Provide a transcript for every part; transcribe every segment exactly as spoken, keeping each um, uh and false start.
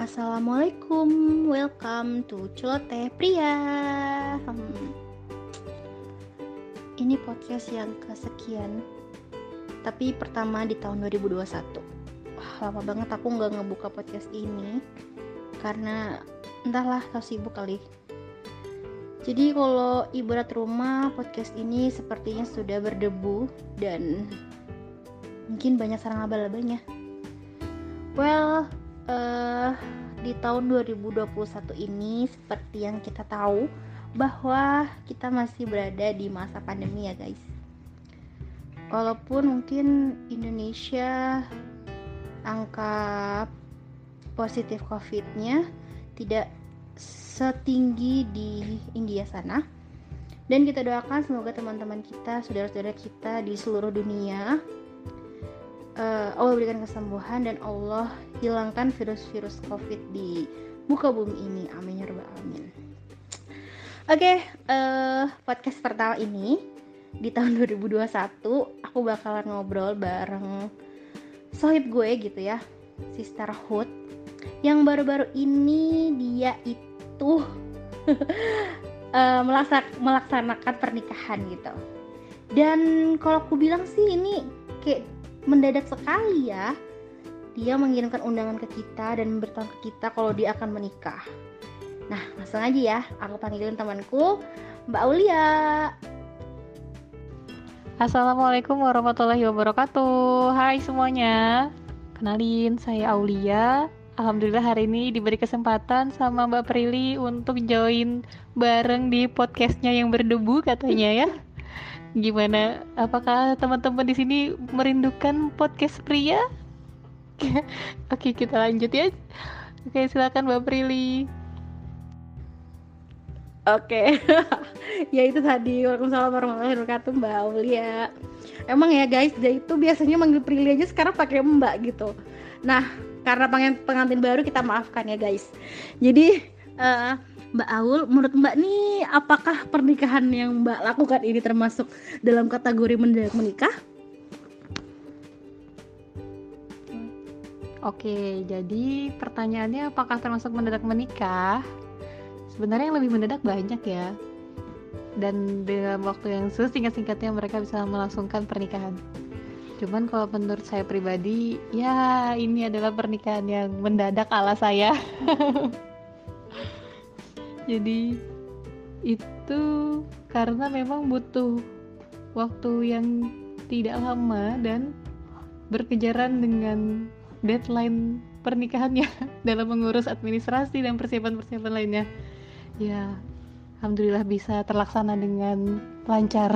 Assalamualaikum, welcome to Celoteh Pria. Hmm, Ini podcast yang kesekian, tapi pertama di tahun dua ribu dua puluh satu. Wah, lama banget aku gak ngebuka podcast ini, karena entahlah, tau sibuk kali. Jadi kalau ibarat rumah, podcast ini sepertinya sudah berdebu dan mungkin banyak sarang laba-labanya. Well, uh, di tahun dua ribu dua puluh satu ini seperti yang kita tahu bahwa kita masih berada di masa pandemi ya guys. Walaupun mungkin Indonesia angka positif COVID-nya tidak setinggi di India sana, dan kita doakan semoga teman-teman kita, saudara-saudara kita di seluruh dunia, Uh, Allah berikan kesembuhan dan Allah hilangkan virus-virus COVID di muka bumi ini. Amin ya rabbal alamin. Oke, okay, uh, podcast pertama ini di tahun dua ribu dua puluh satu aku bakalan ngobrol bareng sohib gue gitu ya, Sister Hood, yang baru-baru ini dia itu uh, melaksak- melaksanakan pernikahan gitu. Dan kalau aku bilang sih ini kayak mendadak sekali ya, dia mengirimkan undangan ke kita dan memberitahu ke kita kalau dia akan menikah. Nah, langsung aja ya, aku panggilin temanku, Mbak Aulia. Assalamualaikum warahmatullahi wabarakatuh. Hai semuanya, kenalin saya Aulia. Alhamdulillah hari ini diberi kesempatan sama Mbak Prilly untuk join bareng di podcastnya yang berdebu katanya ya. Gimana? Apakah teman-teman di sini merindukan podcast pria? Oke, kita lanjut ya. Oke, silakan Mbak Prilly. Oke, ya itu tadi. Waalaikumsalam warahmatullahi wabarakatuh, Mbak Aulia. Emang ya guys, dia itu biasanya manggil Prilly aja sekarang pakai Mbak gitu. Nah, karena pengen pengantin baru kita maafkan ya guys. Jadi uh, Mbak Aul, menurut Mbak nih, apakah pernikahan yang Mbak lakukan ini termasuk dalam kategori mendadak menikah? Oke, jadi pertanyaannya apakah termasuk mendadak menikah? Sebenarnya yang lebih mendadak banyak ya. Dan dalam waktu yang sesingkat-singkatnya mereka bisa melangsungkan pernikahan. Cuman kalau menurut saya pribadi, ya ini adalah pernikahan yang mendadak ala saya. Jadi itu karena memang butuh waktu yang tidak lama dan berkejaran dengan deadline pernikahannya dalam mengurus administrasi dan persiapan-persiapan lainnya. Ya, alhamdulillah bisa terlaksana dengan lancar.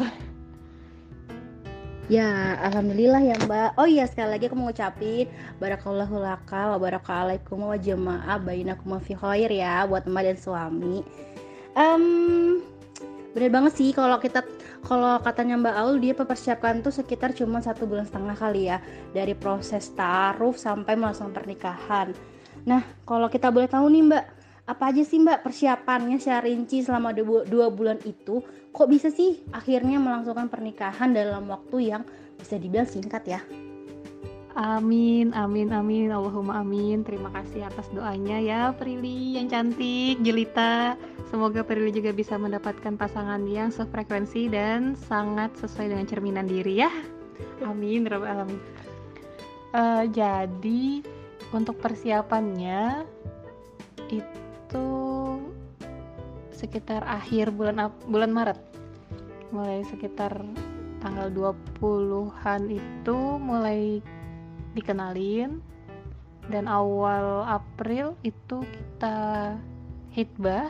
Ya, alhamdulillah ya Mbak. Oh iya, sekali lagi aku mau ngucapin barakallahu laka wa barakaalaikum wa jama'a bainakum fi khair ya buat Mbak dan suami. Um, bener banget sih kalau kita kalau katanya Mbak Aul, dia mempersiapkan tuh sekitar cuma satu bulan setengah kali ya, dari proses taaruf sampai melangsungkan pernikahan. Nah, kalau kita boleh tahu nih Mbak, apa aja sih Mbak persiapannya secara rinci selama dua, dua bulan itu? Kok bisa sih akhirnya melangsungkan pernikahan dalam waktu yang bisa dibilang singkat ya? Amin, amin, amin, Allahumma amin. Terima kasih atas doanya ya Prilly yang cantik, jelita. Semoga Prilly juga bisa mendapatkan pasangan yang sefrekuensi dan sangat sesuai dengan cerminan diri ya. Amin, rabbal alamin. Uh, jadi untuk persiapannya itu sekitar akhir bulan bulan Maret, mulai sekitar tanggal dua puluhan itu mulai dikenalin, dan awal April itu kita hitbah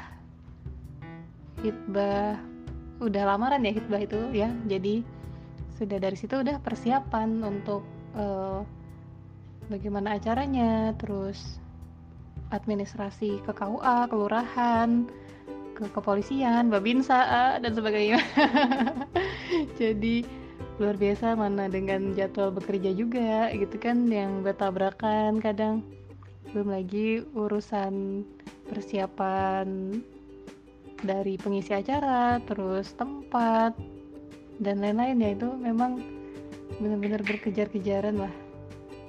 hitbah udah lamaran ya hitbah itu ya. Jadi sudah dari situ udah persiapan untuk uh, bagaimana acaranya, terus administrasi ke K U A, kelurahan, ke kepolisian, Babinsa dan sebagainya. Jadi luar biasa, mana dengan jadwal bekerja juga gitu kan yang bertabrakan kadang, belum lagi urusan persiapan dari pengisi acara, terus tempat dan lain-lain ya. Itu memang benar-benar berkejar-kejaran lah.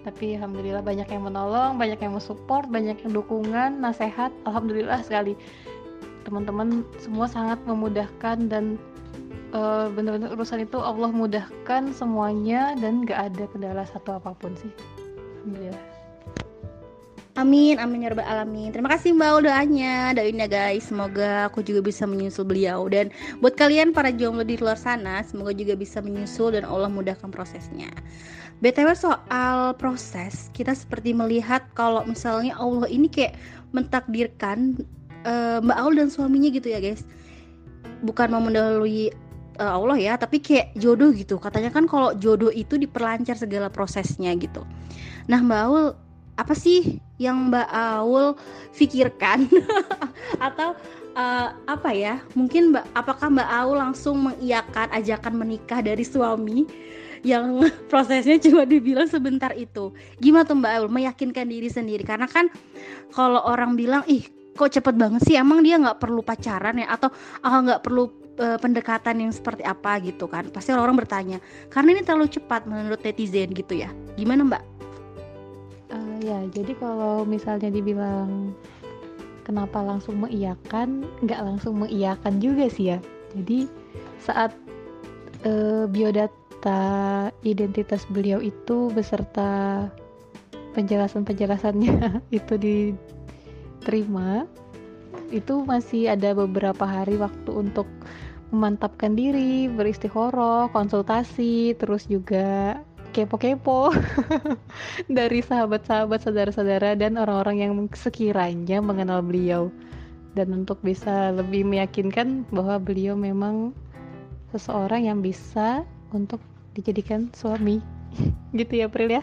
Tapi alhamdulillah banyak yang menolong, banyak yang mensupport, banyak yang dukungan, nasihat. Alhamdulillah sekali. Teman-teman semua sangat memudahkan dan uh, benar-benar urusan itu Allah mudahkan semuanya dan gak ada kendala satu apapun sih. Alhamdulillah. Amin, amin ya rabbal alamin. Terima kasih Mbak Ul doanya, doain ya guys. Semoga aku juga bisa menyusul beliau. Dan buat kalian para jomblo di luar sana, semoga juga bisa menyusul dan Allah mudahkan prosesnya. B T W soal proses, kita seperti melihat kalau misalnya Allah ini kayak mentakdirkan uh, Mbak Ul dan suaminya gitu ya guys. Bukan mau mendahului uh, Allah ya, tapi kayak jodoh gitu. Katanya kan kalau jodoh itu diperlancar segala prosesnya gitu. Nah Mbak Ul, apa sih yang Mbak Aul pikirkan atau uh, apa ya, mungkin Mbak, apakah Mbak Aul langsung mengiyakan ajakan menikah dari suami yang prosesnya cuma dibilang sebentar itu? Gimana tuh Mbak Aul meyakinkan diri sendiri? Karena kan kalau orang bilang ih kok cepet banget sih, emang dia nggak perlu pacaran ya, atau ah nggak perlu uh, pendekatan yang seperti apa gitu kan, pasti orang-orang bertanya karena ini terlalu cepat menurut netizen gitu ya. Gimana Mbak? Uh, ya, jadi kalau misalnya dibilang kenapa langsung mengiyakan, nggak langsung mengiyakan juga sih ya. Jadi saat uh, biodata identitas beliau itu beserta penjelasan-penjelasannya itu diterima, itu masih ada beberapa hari waktu untuk memantapkan diri, beristikharah, konsultasi, terus juga kepo-kepo dari sahabat-sahabat, saudara-saudara, dan orang-orang yang sekiranya mengenal beliau, dan untuk bisa lebih meyakinkan bahwa beliau memang seseorang yang bisa untuk dijadikan suami. Gitu ya Pril ya.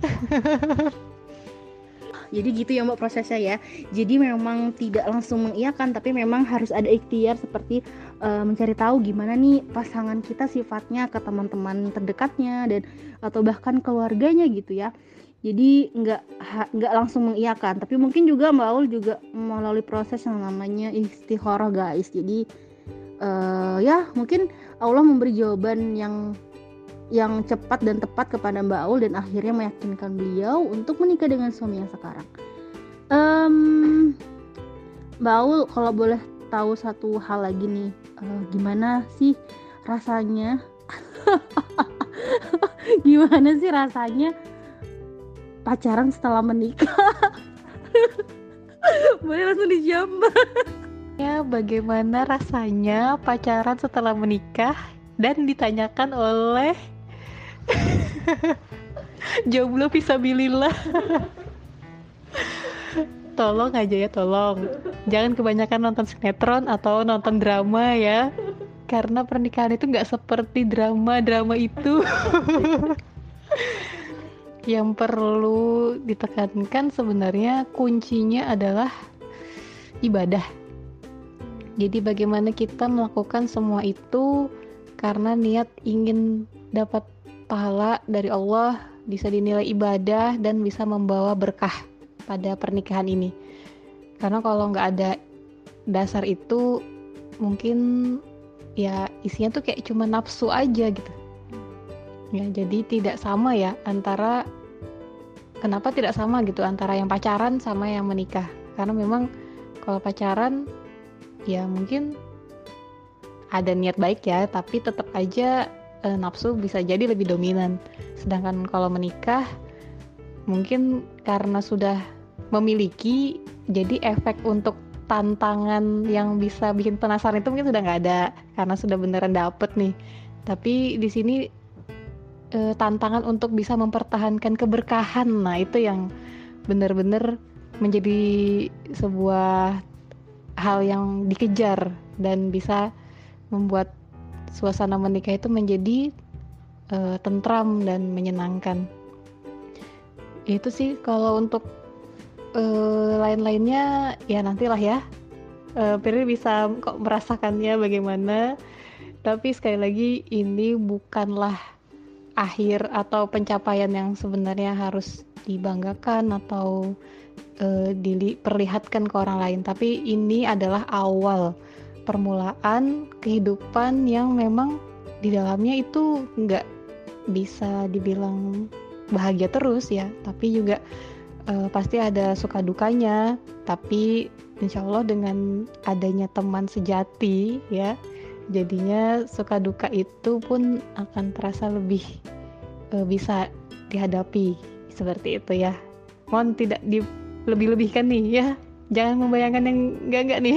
Jadi gitu ya Mbak prosesnya ya. Jadi memang tidak langsung mengiyakan, tapi memang harus ada ikhtiar seperti uh, mencari tahu gimana nih pasangan kita sifatnya ke teman-teman terdekatnya dan atau bahkan keluarganya gitu ya. Jadi nggak nggak langsung mengiyakan, tapi mungkin juga Mbak Aul juga melalui proses yang namanya istikharah guys. Jadi uh, ya mungkin Allah memberi jawaban yang yang cepat dan tepat kepada Mbak Aul dan akhirnya meyakinkan beliau untuk menikah dengan suami yang sekarang. Um, Mbak Aul, kalau boleh tahu satu hal lagi nih, uh, gimana sih rasanya? Gimana sih rasanya pacaran setelah menikah? Boleh langsung dijawab. Ya, bagaimana rasanya pacaran setelah menikah dan ditanyakan oleh jomblo fisabilillah. Tolong aja ya, tolong jangan kebanyakan nonton sinetron atau nonton drama ya, karena pernikahan itu nggak seperti drama-drama itu. Yang perlu ditekankan sebenarnya kuncinya adalah ibadah. Jadi bagaimana kita melakukan semua itu karena niat ingin dapat pahala dari Allah, bisa dinilai ibadah dan bisa membawa berkah pada pernikahan ini. Karena kalau nggak ada dasar itu, mungkin ya isinya tuh kayak cuma nafsu aja gitu. Ya, jadi tidak sama ya antara, kenapa tidak sama gitu antara yang pacaran sama yang menikah. Karena memang kalau pacaran ya mungkin ada niat baik ya, tapi tetap aja e, nafsu bisa jadi lebih dominan. Sedangkan kalau menikah mungkin karena sudah memiliki, jadi efek untuk tantangan yang bisa bikin penasaran itu mungkin sudah nggak ada karena sudah beneran dapet nih. Tapi di sini e, tantangan untuk bisa mempertahankan keberkahan, nah itu yang benar-benar menjadi sebuah hal yang dikejar dan bisa membuat suasana menikah itu menjadi uh, tentram dan menyenangkan. Itu sih. Kalau untuk uh, lain-lainnya ya nantilah ya. Uh, Piri bisa kok merasakannya bagaimana. Tapi sekali lagi ini bukanlah akhir atau pencapaian yang sebenarnya harus dibanggakan atau uh, diperlihatkan ke orang lain. Tapi ini adalah awal permulaan kehidupan yang memang di dalamnya itu nggak bisa dibilang bahagia terus ya, tapi juga uh, pasti ada suka dukanya. Tapi insya Allah dengan adanya teman sejati ya, jadinya suka duka itu pun akan terasa lebih uh, bisa dihadapi seperti itu ya. Mohon tidak dilebih-lebihkan nih ya, jangan membayangkan yang enggak-enggak nih.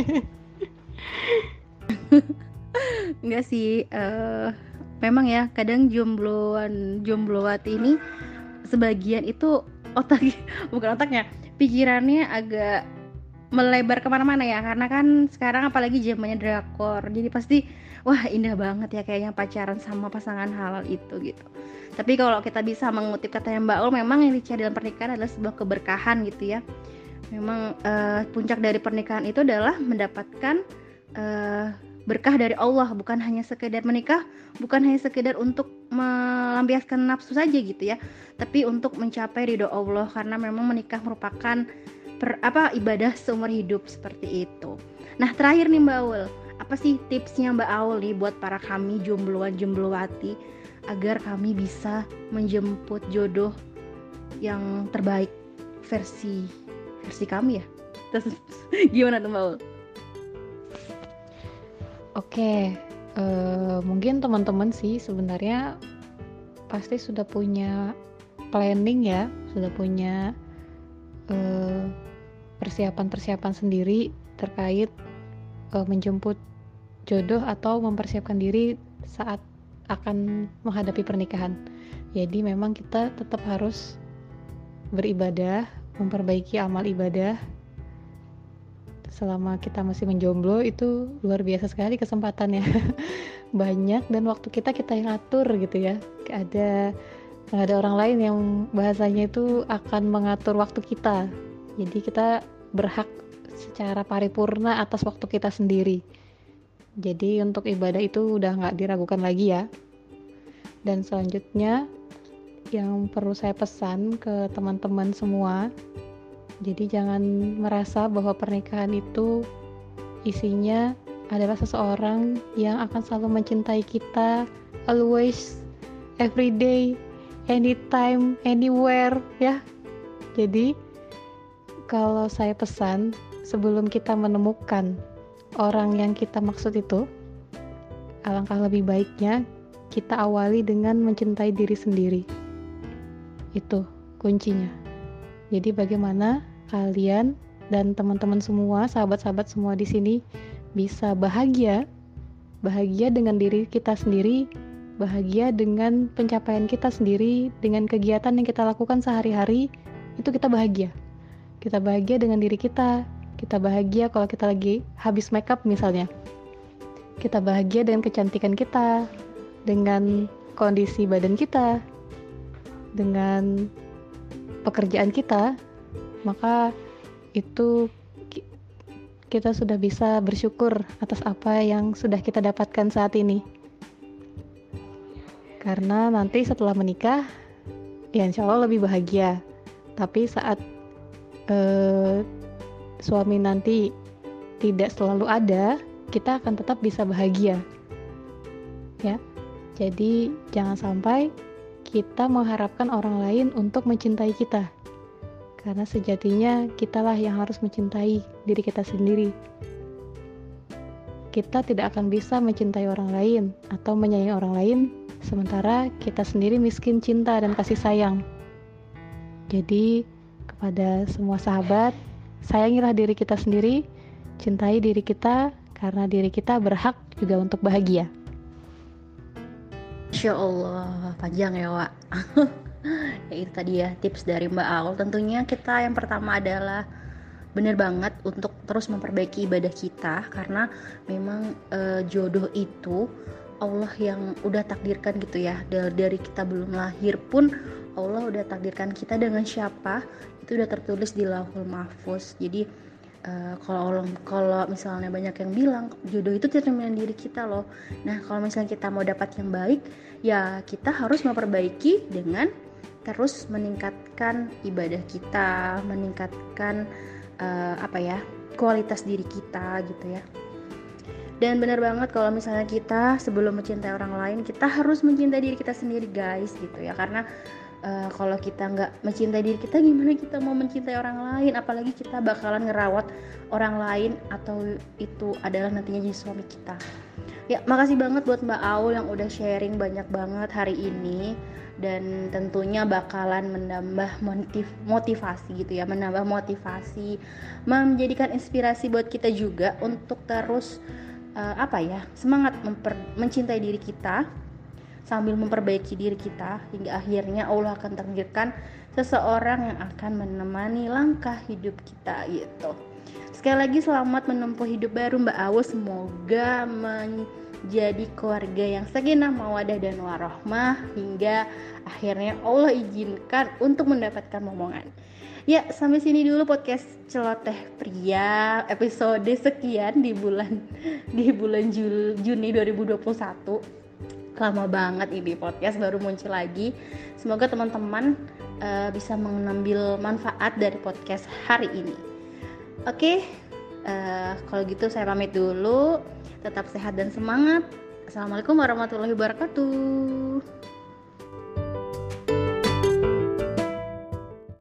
Enggak sih, uh, memang ya kadang jombloan jomblowati ini sebagian itu otak bukan otaknya, pikirannya agak melebar kemana-mana ya, karena kan sekarang apalagi zamannya drakor, jadi pasti wah indah banget ya kayaknya pacaran sama pasangan halal itu gitu. Tapi kalau kita bisa mengutip katanya Mbak Ul, memang yang dicari dalam pernikahan adalah sebuah keberkahan gitu ya. Memang uh, puncak dari pernikahan itu adalah mendapatkan uh, berkah dari Allah, bukan hanya sekedar menikah, bukan hanya sekedar untuk melampiaskan nafsu saja gitu ya, tapi untuk mencapai ridho Allah, karena memang menikah merupakan per, apa ibadah seumur hidup seperti itu. Nah terakhir nih Mbak Aul, apa sih tipsnya Mbak Aul nih buat para kami jombloan jomblowati agar kami bisa menjemput jodoh yang terbaik versi versi kami ya? Terus gimana tuh Mbak Aul? Oke, uh, mungkin teman-teman sih sebenarnya pasti sudah punya planning ya, sudah punya uh, persiapan-persiapan sendiri terkait uh, menjemput jodoh atau mempersiapkan diri saat akan menghadapi pernikahan. Jadi memang kita tetap harus beribadah, memperbaiki amal ibadah. Selama kita masih menjomblo itu luar biasa sekali kesempatannya. Banyak dan waktu kita kita yang atur gitu ya. Ada ada orang lain yang bahasanya itu akan mengatur waktu kita. Jadi kita berhak secara paripurna atas waktu kita sendiri. Jadi untuk ibadah itu udah nggak diragukan lagi ya. Dan selanjutnya yang perlu saya pesan ke teman-teman semua, jadi jangan merasa bahwa pernikahan itu isinya adalah seseorang yang akan selalu mencintai kita, always, every day, anytime, anywhere ya. Jadi kalau saya pesan, sebelum kita menemukan orang yang kita maksud itu, alangkah lebih baiknya kita awali dengan mencintai diri sendiri. Itu kuncinya. Jadi bagaimana kalian dan teman-teman semua, sahabat-sahabat semua di sini bisa bahagia, bahagia dengan diri kita sendiri, bahagia dengan pencapaian kita sendiri, dengan kegiatan yang kita lakukan sehari-hari, itu kita bahagia. Kita bahagia dengan diri kita, kita bahagia kalau kita lagi habis makeup misalnya. Kita bahagia dengan kecantikan kita, dengan kondisi badan kita, dengan pekerjaan kita, maka itu kita sudah bisa bersyukur atas apa yang sudah kita dapatkan saat ini. Karena nanti setelah menikah, ya insya Allah lebih bahagia. Tapi saat eh, suami nanti tidak selalu ada, kita akan tetap bisa bahagia. Ya, jadi jangan sampai kita mengharapkan orang lain untuk mencintai kita, karena sejatinya kitalah yang harus mencintai diri kita sendiri. Kita tidak akan bisa mencintai orang lain atau menyayangi orang lain sementara kita sendiri miskin cinta dan kasih sayang. Jadi kepada semua sahabat, sayangilah diri kita sendiri, cintai diri kita, karena diri kita berhak juga untuk bahagia. Insya Allah, panjang ya Wak. Ya itu tadi ya tips dari Mbak Aul. Tentunya kita yang pertama adalah benar banget untuk terus memperbaiki ibadah kita, karena memang e, jodoh itu Allah yang udah takdirkan gitu ya. Dari, dari kita belum lahir pun Allah udah takdirkan kita dengan siapa, itu udah tertulis di Lauhul Mahfuz. Jadi Uh, kalau kalau misalnya banyak yang bilang jodoh itu cerminan diri kita loh. Nah kalau misalnya kita mau dapat yang baik, ya kita harus memperbaiki dengan terus meningkatkan ibadah kita, meningkatkan uh, apa ya kualitas diri kita gitu ya. Dan benar banget kalau misalnya kita sebelum mencintai orang lain, kita harus mencintai diri kita sendiri guys gitu ya. Karena Uh, kalau kita nggak mencintai diri kita, gimana kita mau mencintai orang lain? Apalagi kita bakalan ngerawat orang lain atau itu adalah nantinya jadi suami kita. Ya, makasih banget buat Mbak Aul yang udah sharing banyak banget hari ini, dan tentunya bakalan menambah motiv motivasi gitu ya, menambah motivasi, menjadikan inspirasi buat kita juga untuk terus uh, apa ya, semangat memper- mencintai diri kita sambil memperbaiki diri kita, hingga akhirnya Allah akan takdirkan seseorang yang akan menemani langkah hidup kita gitu. Sekali lagi selamat menempuh hidup baru Mbak Aul, semoga menjadi keluarga yang sakinah mawaddah dan warahmah hingga akhirnya Allah izinkan untuk mendapatkan momongan. Ya, sampai sini dulu podcast Celoteh Pria episode sekian di bulan di bulan Juni dua ribu dua puluh satu. Lama banget ini podcast baru muncul lagi. Semoga teman-teman uh, bisa mengambil manfaat dari podcast hari ini. Oke, uh, kalau gitu saya pamit dulu. Tetap sehat dan semangat. Assalamualaikum warahmatullahi wabarakatuh.